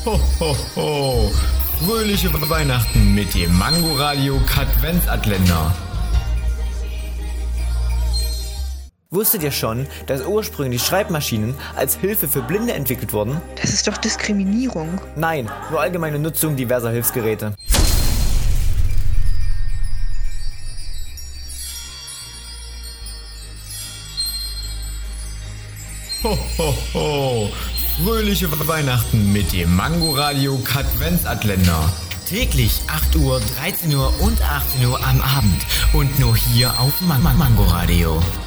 Ho, ho, ho. Fröhliche Weihnachten mit dem Mangoradio Katwenzatländer. Wusstet ihr schon, dass ursprünglich Schreibmaschinen als Hilfe für Blinde entwickelt wurden? Das ist doch Diskriminierung. Nein, nur allgemeine Nutzung diverser Hilfsgeräte. Ho, ho, ho. Fröhliche Weihnachten mit dem Mangoradio Katwenzatländer. Täglich 8 Uhr, 13 Uhr und 18 Uhr am Abend. Und nur hier auf Mangoradio.